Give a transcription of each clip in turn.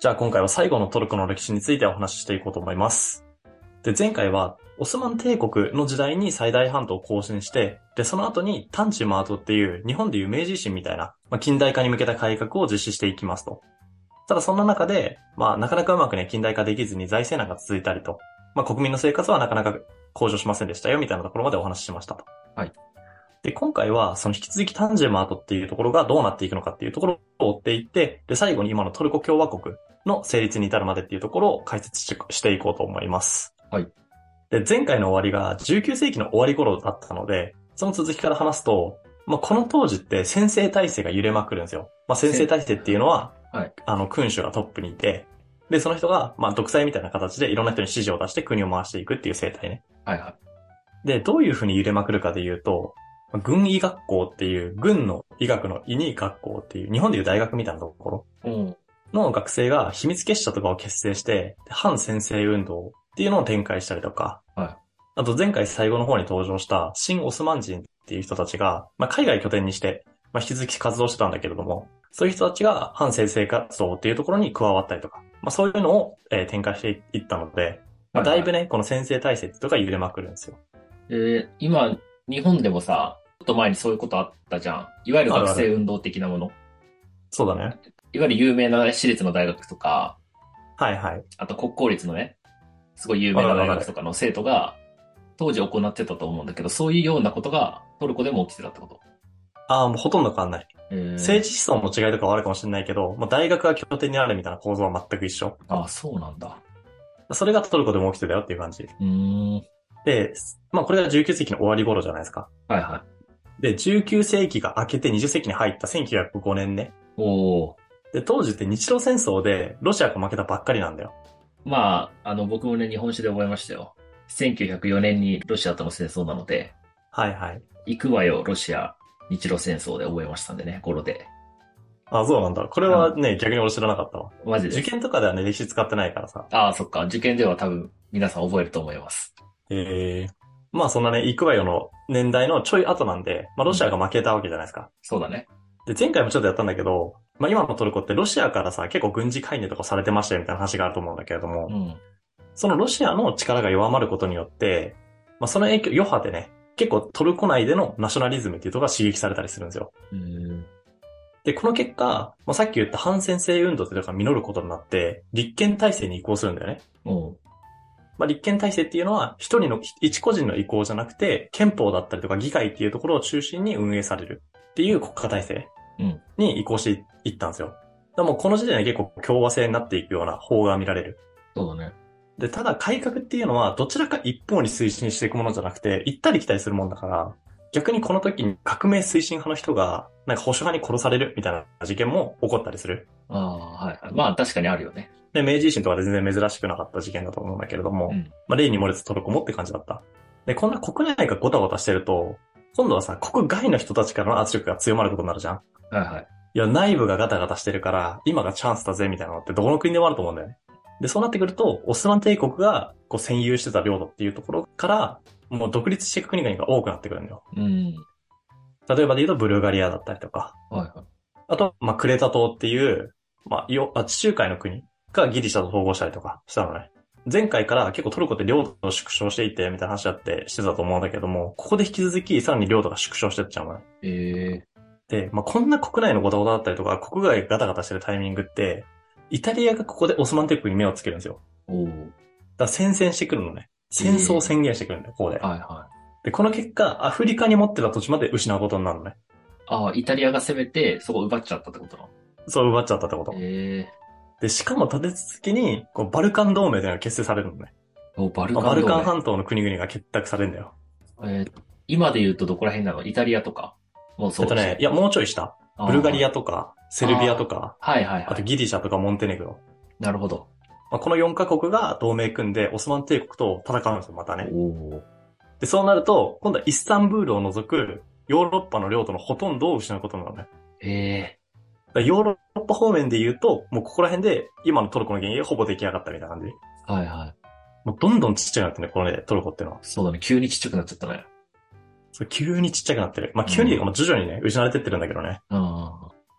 じゃあ今回は最後のトルコの歴史についてお話ししていこうと思います。で、前回はオスマン帝国の時代に最大半島を更新して、で、その後にタンジマートっていう日本でいう明治維新みたいな、近代化に向けた改革を実施していきますと。ただそんな中で、なかなかうまくね、近代化できずに財政難が続いたりと、国民の生活はなかなか向上しませんでしたよみたいなところまでお話ししましたと。 はい。 で、今回はその引き続きタンジェマートっていうところがどうなっていくのかっていうところを追っていって、で、最後に今のトルコ共和国の成立に至るまでっていうところを解説していこうと思います。 はい。 で、前回の終わりが19世紀の終わり頃だったので、その続きから話すと、この当時って専制体制が揺れまくるんですよ。専制体制っていうのは、 はい。 君主がトップにいて、で、その人が、独裁みたいな形でいろんな人に指示を出して国を回していくっていう生態ね。 はい。はい。 で、どういうふうに揺れまくるかで言うと、軍医学校っていう、軍の医学の医に学校っていう、日本でいう大学みたいなところうん。 の学生が秘密結社とかを結成して、反専制運動っていうのを展開したりとか、 はあと前回最後の方に登場した新オスマン人っていう人たちが、海外拠点にして、引き続き活動してたんだけれども、そういう人たちが反専制活動っていうところに加わったりとか、そういうのを、展開していったので、 い。はい。はい。 だいぶね、この専制体制っていうのが揺れまくるんですよ。 今、日本でもさ、ちょっと前にそういうことあったじゃん。いわゆる学あるある。 生運動的なもの。 そうだね。 いわゆる有名な私立の大学とか、 はいはい。 あと国公立のね、すごい有名なわかるわかる。 大学とかの生徒が、当時行ってたと思うんだけど、そういうようなことがトルコでも起きてたってこと。 ああ、もうほとんど変わんない。政え治思想の違いとかはあるかもしれないけど、大学が拠点にあるみたいな構造は全く一緒。 あ、そうなんだ。 それがトルコでも起きてたよっていう感じ。 うーん。 で、これが19世紀の終わり頃じゃないですか。 はいはで、19世紀が明けて20世紀に入った1905年ね。 い。おー。 で、当時って日露戦争でロシアが負けたばっかりなんだよ。 僕もね、日本史で覚えましたよ。1904年にロシアとの戦争なので、 はいはい。 行くわよ、ロシア、日露戦争で覚えましたんでね、語呂で。 あ、そうなんだ。これうん。 はね、逆に俺知らなかったわ。受マジです。 験とかではね、歴史使ってないからさ。 ああ、そっか。受験では多分皆さん覚えると思います。 ええそんなね、行くわよの年代のちょい後なんで、ロシアうん。 が負けたわけじゃないですか。 そうだね。 で、前回もちょっとやったんだけど、今のトルコってロシアからさ、結構軍事介入とかされてましたよみたいな話があると思うんだけれども、 うん。 そのロシアの力が弱まることによって、その影響、余波でね、結構トルコ内でのナショナリズムっていうのが刺激されたりするんですよ。 うーん。 で、この結果、さっき言った反戦制運動っていうのが実ることになって、立憲体制に移行するんだよね。 おう。 立憲体制っていうのは、一個人の意向じゃなくて、憲法だったりとか議会っていうところを中心に運営されるっていう国家体制うん。 に移行していったんですよ。だからもうこの時点で結構共和制になっていくような法が見られる。 そうだね。 で、ただ改革っていうのはどちらか一方に推進していくものじゃなくて、行ったり来たりするもんだから、逆にこの時に革命推進派の人が、保守派に殺されるみたいな事件も起こったりする。 ああ、はいはい。確かにあるよね。 で、明治維新とかで全然珍しくなかった事件だと思うんだけれども、 うん。 例に漏れずトルコもって感じだった。で、こんな国内がゴタゴタしてると、今度はさ、国外の人たちからの圧力が強まることになるじゃん。 はいはい。 いや、内部がガタガタしてるから、今がチャンスだぜみたいなのってどこの国でもあると思うんだよね。で、そうなってくると、オスマン帝国が占有してた領土っていうところから、もう独立していく国々が多くなってくるんだよ。 うん。 例えばで言うとブルガリアだったりとか、 はいはい。 あと、クレタ島っていう、地中海の国がギリシャと統合したりとかしたのね。前回から結構トルコって領土を縮小していて、みたいな話だってしてたと思うんだけども、ここで引き続きさらに領土が縮小してっちゃうのね。 ええで、こんな国内のゴタゴタだったりとか、国外がガタガタしてるタイミングって、イタリアがここでオスマン帝国に目をつけるんですよ。 おう。 だから宣戦してくるのね。戦争をええ宣言してくるんだよ、ここで。 はいはい。 で、この結果、アフリカに持ってた土地まで失うことになるのね。 ああ、イタリアが攻めて、そこ奪っちゃったってことなの。 そう奪っちゃったってこと。 ええで、しかも立て続けに、バルカン同盟というのが結成されるのね。 お、バルカバルカンン同盟。 半島の国々が結託されるんだよ。 今で言うとどこら辺なの？イタリアとかもうそうだし。 いや、もうちょい下。ブルガリあアとか、セあ、 ルビアとあか、 あ、はいはいあとはい。 ギリシャとかモンテネグロ。 なるほど。 この4カ国が同盟組んで、オスマン帝国と戦うんですよ、またおね。 お。 で、そうなると、今度はイスタンブールを除く、ヨーロッパの領土のほとんどを失うことになるね。 ええだからヨーロッパ方面で言うと、もうここら辺で、今のトルコの原因がほぼ出来上がったみたいな感じ。 はいはい。 もうどんどんちっちゃくなってね、このね、トルコっていうのは。 そうだね。急にちっちゃくなっちゃったね。 急にちっちゃくなってる。 うん。 急にというか、徐々にね、失われてってるんだけどね。 うん。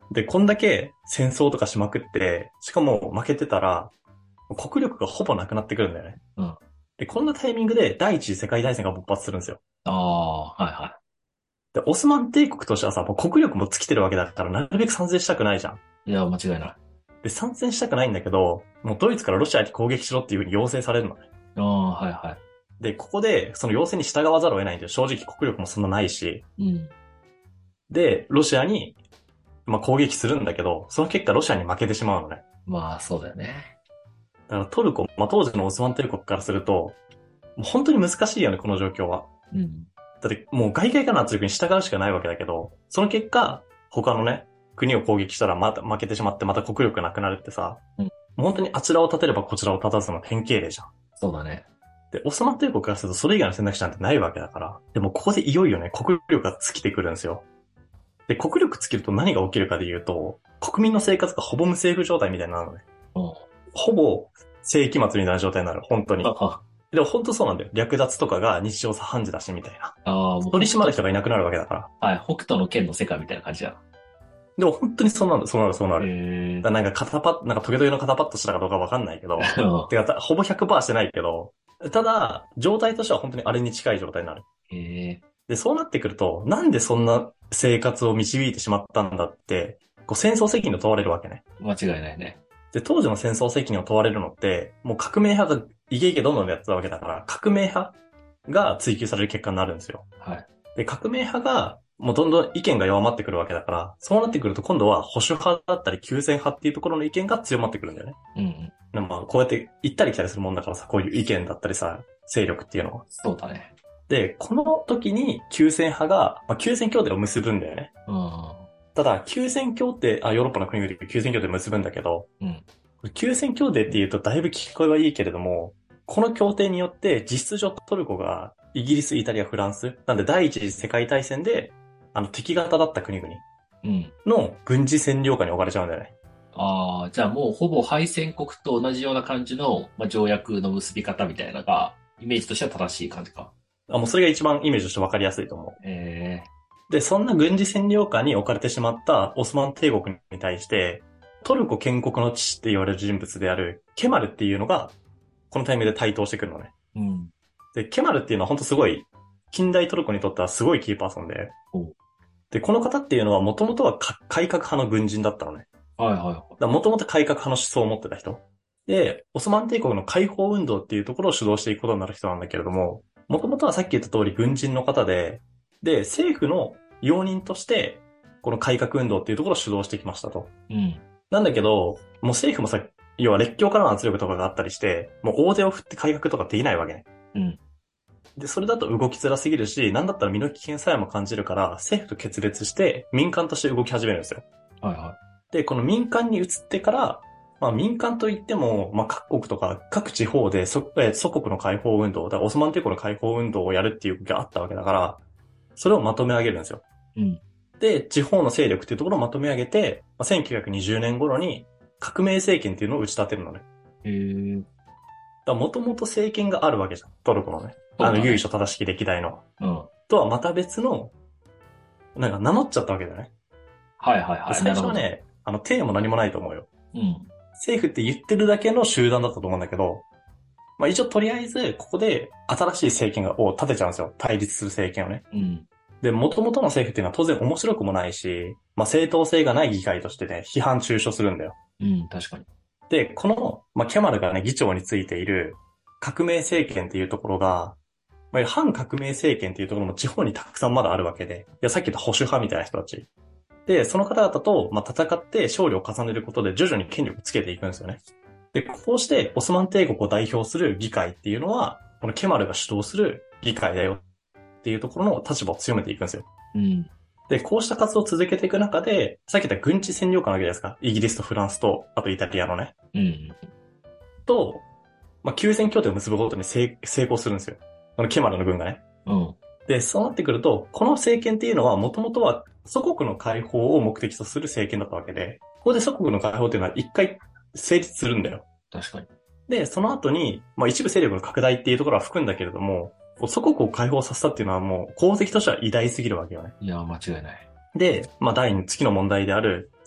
で、こんだけ戦争とかしまくって、しかも負けてたら、国力がほぼなくなってくるんだよね。 うん。 で、こんなタイミングで第一次世界大戦が勃発するんですよ。 ああ、はいはで、オスマン帝国としてはさ、もう国力も尽きてるわけだから、なるべく参戦したくないじゃん。 い。いや、間違いない。 で、参戦したくないんだけど、もうドイツからロシアに攻撃しろっていう風に要請されるのね。 ああ、はいはで、ここで、その要請に従わざるを得ないんで、正直国力もそんなないし、 い。うん。 で、ロシアに、攻撃するんだけど、その結果ロシアに負けてしまうのね。 まあ、そうだよね。 だからトルコ、当時のオスマン帝国からすると、もう本当に難しいよね、この状況は。 うん。 だってもう外界からの圧力に従うしかないわけだけど、その結果、他のね、国を攻撃したらまた負けてしまってまた国力なくなるってさ、 うん。 もう本当にあちらを立てればこちらを立たずの典型例じゃん。 そうだね。 で、オスマン帝国からするとそれ以外の選択肢なんてないわけだから、でもここでいよいよね、国力が尽きてくるんですよ。で、国力尽きると何が起きるかで言うと、国民の生活がほぼ無政府状態みたいになるのね。 うん。 ほぼ世紀末みたいな状態になる、本当に。 あでも本当そうなんだよ。略奪とかが日常茶飯事だしみたいな。 あ、もう取り締まる人がいなくなるわけだから。 はい、北斗の剣の世界みたいな感じだ。 でも本当にそうなんだ、そうなる、そうなる。 へえ。 だからなんかなんかトゲトゲの肩パッドしたかどうかわかんないけど、てか、ほぼ100%してないけど、ただ、状態としては本当にあれに近い状態になる。 へえ。 で、そうなってくると、なんでそんな生活を導いてしまったんだって、こう戦争責任を問われるわけね。 間違いないね。 で、当時の戦争責任を問われるのって、もう革命派がイケイケどんどんやってたわけだから、革命派が追求される結果になるんですよ。 はい。 で、革命派が、もうどんどん意見が弱まってくるわけだから、そうなってくると今度は保守派だったり休戦派っていうところの意見が強まってくるんだよね。 うんうん。 こうやって行ったり来たりするもんだからさ、こういう意見だったりさ、勢力っていうのは。 そうだね。 で、この時に休戦派が、休戦協定を結ぶんだよね。 うん。 ただ、休戦協定、ヨーロッパの国々で休戦協定を結ぶんだけど、 うん。 休戦協定って言うとだいぶ聞こえはいいけれども、この協定によって実質上トルコがイギリス、イタリア、フランス、なんで第一次世界大戦で、敵方だった国々 うん。 の軍事占領下に置かれちゃうんだよね。 ああ、じゃあもうほぼ敗戦国と同じような感じの、まあ、条約の結び方みたいなのが、イメージとしては正しい感じか。 もうそれが一番イメージとして分かりやすいと思ええ。 う。で、そんな軍事占領下に置かれてしまったオスマン帝国に対して、トルコ建国の父って言われる人物であるケマルっていうのが、このタイミングで台頭してくるのね。 うん。 で、ケマルっていうのは本当すごい、近代トルコにとってはすごいキーパーソンで、 おで、この方っていうのはもともとは改革派の軍人だったのね。 はいはいはもともと改革派の思想を持ってた人。で、オスマン帝国の解放運動っていうところを主導していくことになる人なんだけれども、もともとはさっき言った通り軍人の方で、政府の容認として、この改革運動っていうところを主導してきましたと。 い。うん。 なんだけど、もう政府もさ、要は列強からの圧力とかがあったりして、もう大手を振って改革とかできないわけね。 うん。 で、それだと動きづらすぎるし、なんだったら身の危険さえも感じるから、政府と決裂して民間として動き始めるんですよ。 はいはで、この民間に移ってから、民間といっても、各国とか各地方で祖国の解放運動、だからオスマン帝国の解放運動をやるっていう動きがあったわけだから、それをまとめ上げるんですよ。 い。うん。 で、地方の勢力っていうところをまとめ上げて、1920年頃に革命政権っていうのを打ち立てるのね。 へえ。 もともと政権があるわけじゃん。トルコのね。 そうだね。 由緒正しき歴代の。 うん。 とはまた別の、なんか名乗っちゃったわけだよね。 はいはいはい。 最初はね、体も何もないと思うよ。 なるほど。 政府って言ってるだけの集団だったと思うんだけど、一応とりあえず、ここで新しい政権を立てちゃうんですよ。対立する政権をね。 うん。うん。 で、元々の政府っていうのは当然面白くもないし、正当性がない議会としてね、批判中傷するんだよ。 うん、確かに。 で、この、キャマルがね、議長についている革命政権っていうところが、反革命政権っていうところも地方にたくさんまだあるわけで、いや、さっき言った保守派みたいな人たち。で、その方々と、戦って勝利を重ねることで徐々に権力をつけていくんですよね。で、こうしてオスマン帝国を代表する議会っていうのは、このケマルが主導する議会だよっていうところの立場を強めていくんですよ。 うん。 で、こうした活動を続けていく中で、さっき言った軍事占領下なわけじゃないですか。イギリスとフランスと、あとイタリアのね。 うん。 と、休戦協定を結ぶことに成功するんですよ。このケマルの軍がね。 うん。 で、そうなってくると、この政権っていうのはもともとは祖国の解放を目的とする政権だったわけで、ここで祖国の解放っていうのは一回成立するんだよ。 確かに。 で、その後に、一部勢力の拡大っていうところは含んだけれども、祖国を解放させたっていうのはもう功績としては偉大すぎるわけよね。 いや、間違いない。 で、第2次の問題である、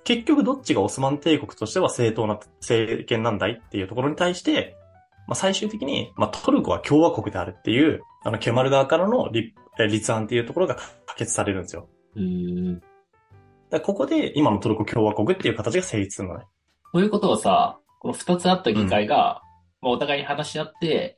結局どっちがオスマン帝国としては正当な政権なんだいっていうところに対して、まあ、最終的に、まあ、トルコは共和国であるっていう、ケマル側からの立案っていうところが可決されるんですよ。だからここで今のトルコ共和国っていう形が成立するのね。 ということはさ、この二つあった議会が、まあ、お互いに話し合って、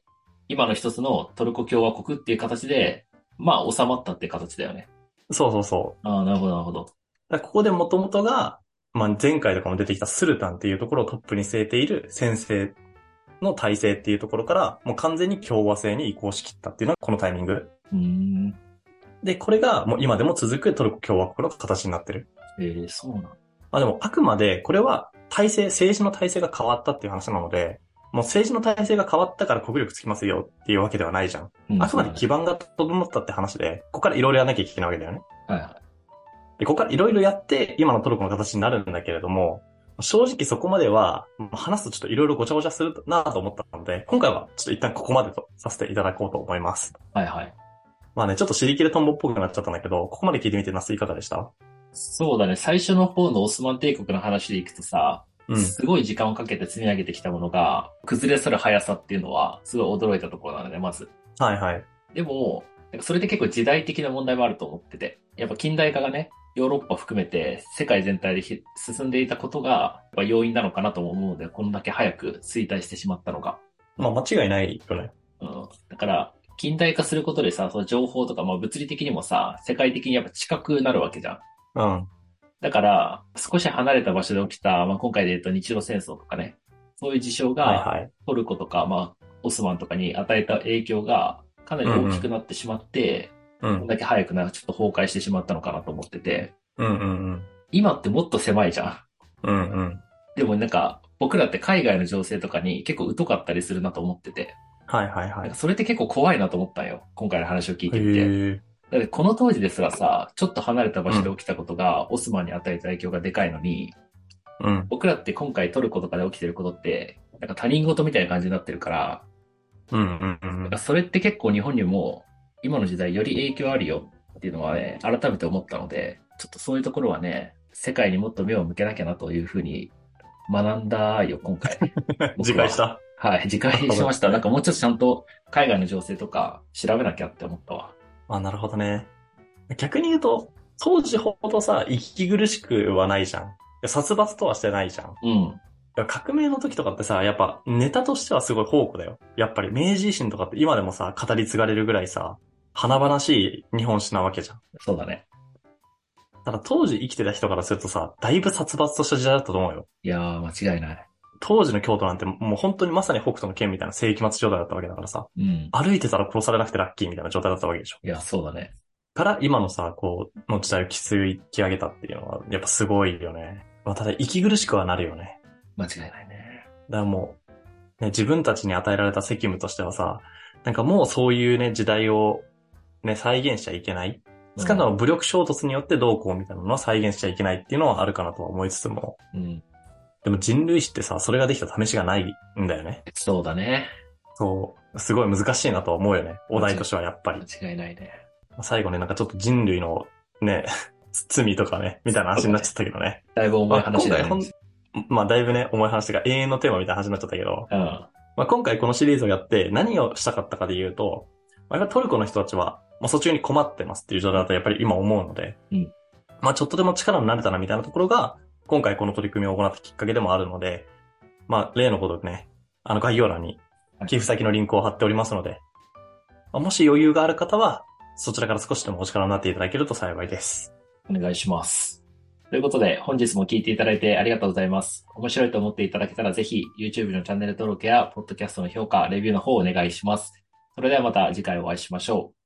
今の一つのトルコ共和国っていう形で、まあ収まったっていう形だよね。 そうそうそう。 ああ、なるほど、なるほど。 だからここで元々が、まあ、前回とかも出てきたスルタンっていうところをトップに据えている先制の体制っていうところから、もう完全に共和制に移行しきったっていうのがこのタイミング。で、これがもう今でも続くトルコ共和国の形になってる。 そうなん。 まあでもあくまでこれは政治の体制が変わったっていう話なので、もう政治の体制が変わったから国力つきますよっていうわけではないじゃん。あくまで基盤が整ったって話で、ここからいろいろやらなきゃいけないわけだよね。 はいはい。 で、ここからいろいろやって今のトルコの形になるんだけれども、正直そこまでは話すとちょっといろいろごちゃごちゃするなと思ったので、今回はちょっと一旦ここまでとさせていただこうと思います。 はいはい。 まあね、ちょっと尻切れトンボっぽくなっちゃったんだけど、ここまで聞いてみてナスいかがでした？ そうだね。最初の方のオスマン帝国の話でいくとさ、すごい時間をかけて積み上げてきたものが、崩れ去る速さっていうのは、すごい驚いたところなのね、まず。 はいはい。 でも、それで結構時代的な問題もあると思ってて。やっぱ近代化がね、ヨーロッパ含めて世界全体で進んでいたことが、やっぱ要因なのかなとも思うので、こんだけ早く衰退してしまったのが。 まあ間違いないよね。 だから、近代化することでさ、その情報とか、まあ物理的にもさ、世界的にやっぱ近くなるわけじゃん。 うん。 だから、少し離れた場所で起きた、まあ今回で言うと日露戦争とかね、そういう事象が、 はいはい。 トルコとか、まあ、オスマンとかに与えた影響が、かなり大きくなってしまって、こんだけ早くちょっと崩壊してしまったのかなと思ってて、今ってもっと狭いじゃん。でも僕らって海外の情勢とかに結構疎かったりするなと思ってて、 はいはいはい。 それって結構怖いなと思ったんよ。今回の話を聞いてみて。 へえ。 だってこの当時ですらさ、ちょっと離れた場所で起きたことが、オスマンに与えた影響がでかいのに、僕らって今回トルコとかで起きてることって、他人事みたいな感じになってるから、それって結構日本にも今の時代より影響あるよっていうのはね、改めて思ったので、ちょっとそういうところはね、世界にもっと目を向けなきゃなというふうに学んだよ、今回。 自戒した？ はい、自戒しました。もうちょっとちゃんと海外の情勢とか調べなきゃって思ったわ。 あ、なるほどね。逆に言うと、当時ほどさ、息苦しくはないじゃん。殺伐とはしてないじゃん。革命の時とかってさ、やっぱネタとしてはすごい宝庫だよ。やっぱり明治維新とかって今でもさ、語り継がれるぐらいさ、華々しい日本史なわけじゃん。 そうだね。 ただ当時生きてた人からするとさ、だいぶ殺伐とした時代だったと思うよ。 いやー、間違いない。 当時の京都なんてもう本当にまさに北斗の剣みたいな世紀末状態だったわけだからさ、歩いてたら殺されなくてラッキーみたいな状態だったわけでしょ。 いや、そうだね。 から今のさ、の時代を築き上げたっていうのは、やっぱすごいよね。まあ、ただ息苦しくはなるよね。 間違いないね。 だからもう、ね、自分たちに与えられた責務としてはさ、もうそういうね、時代をね、再現しちゃいけない。少なくとも武力衝突によってどうこうみたいなのは再現しちゃいけないっていうのはあるかなとは思いつつも。でも人類史ってさ、それができた試しがないんだよね。 そうだね。 そう。すごい難しいなとは思うよね。お題としてはやっぱり。 間違いないね。 最後ね、ちょっと人類のね、罪とかね、みたいな話になっちゃったけどね。 だいぶ重い話だね。 まあだいぶね、重い話が永遠のテーマみたいな話になっちゃったけど。 まあ今回このシリーズをやって何をしたかったかで言うと、トルコの人たちは、まあ、訴求に困ってますっていう状態だとやっぱり今思うので、まあちょっとでも力になれたなみたいなところが、今回この取り組みを行ったきっかけでもあるので、まあ例のことでね、概要欄に寄付先のリンクを貼っておりますので、まあ、もし余裕がある方は、そちらから少しでもお力になっていただけると幸いです。 お願いします。ということで、本日も聞いていただいてありがとうございます。面白いと思っていただけたらぜひ、YouTube のチャンネル登録や、ポッドキャストの評価、レビューの方をお願いします。それではまた次回お会いしましょう。